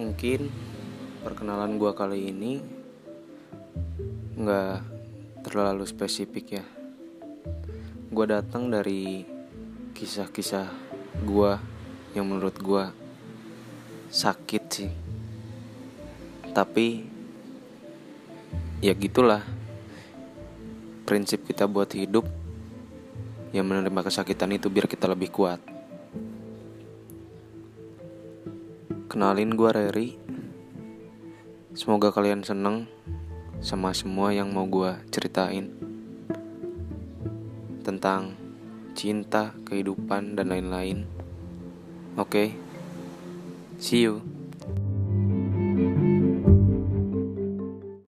Mungkin perkenalan gue kali ini nggak terlalu spesifik ya. Gue datang dari kisah-kisah gue yang menurut gue sakit sih. Tapi ya gitulah prinsip kita buat hidup, yang menerima kesakitan itu biar kita lebih kuat. Kenalin, gue Reri. Semoga kalian seneng sama semua yang mau gue ceritain tentang cinta, kehidupan, dan lain-lain. Oke, see you.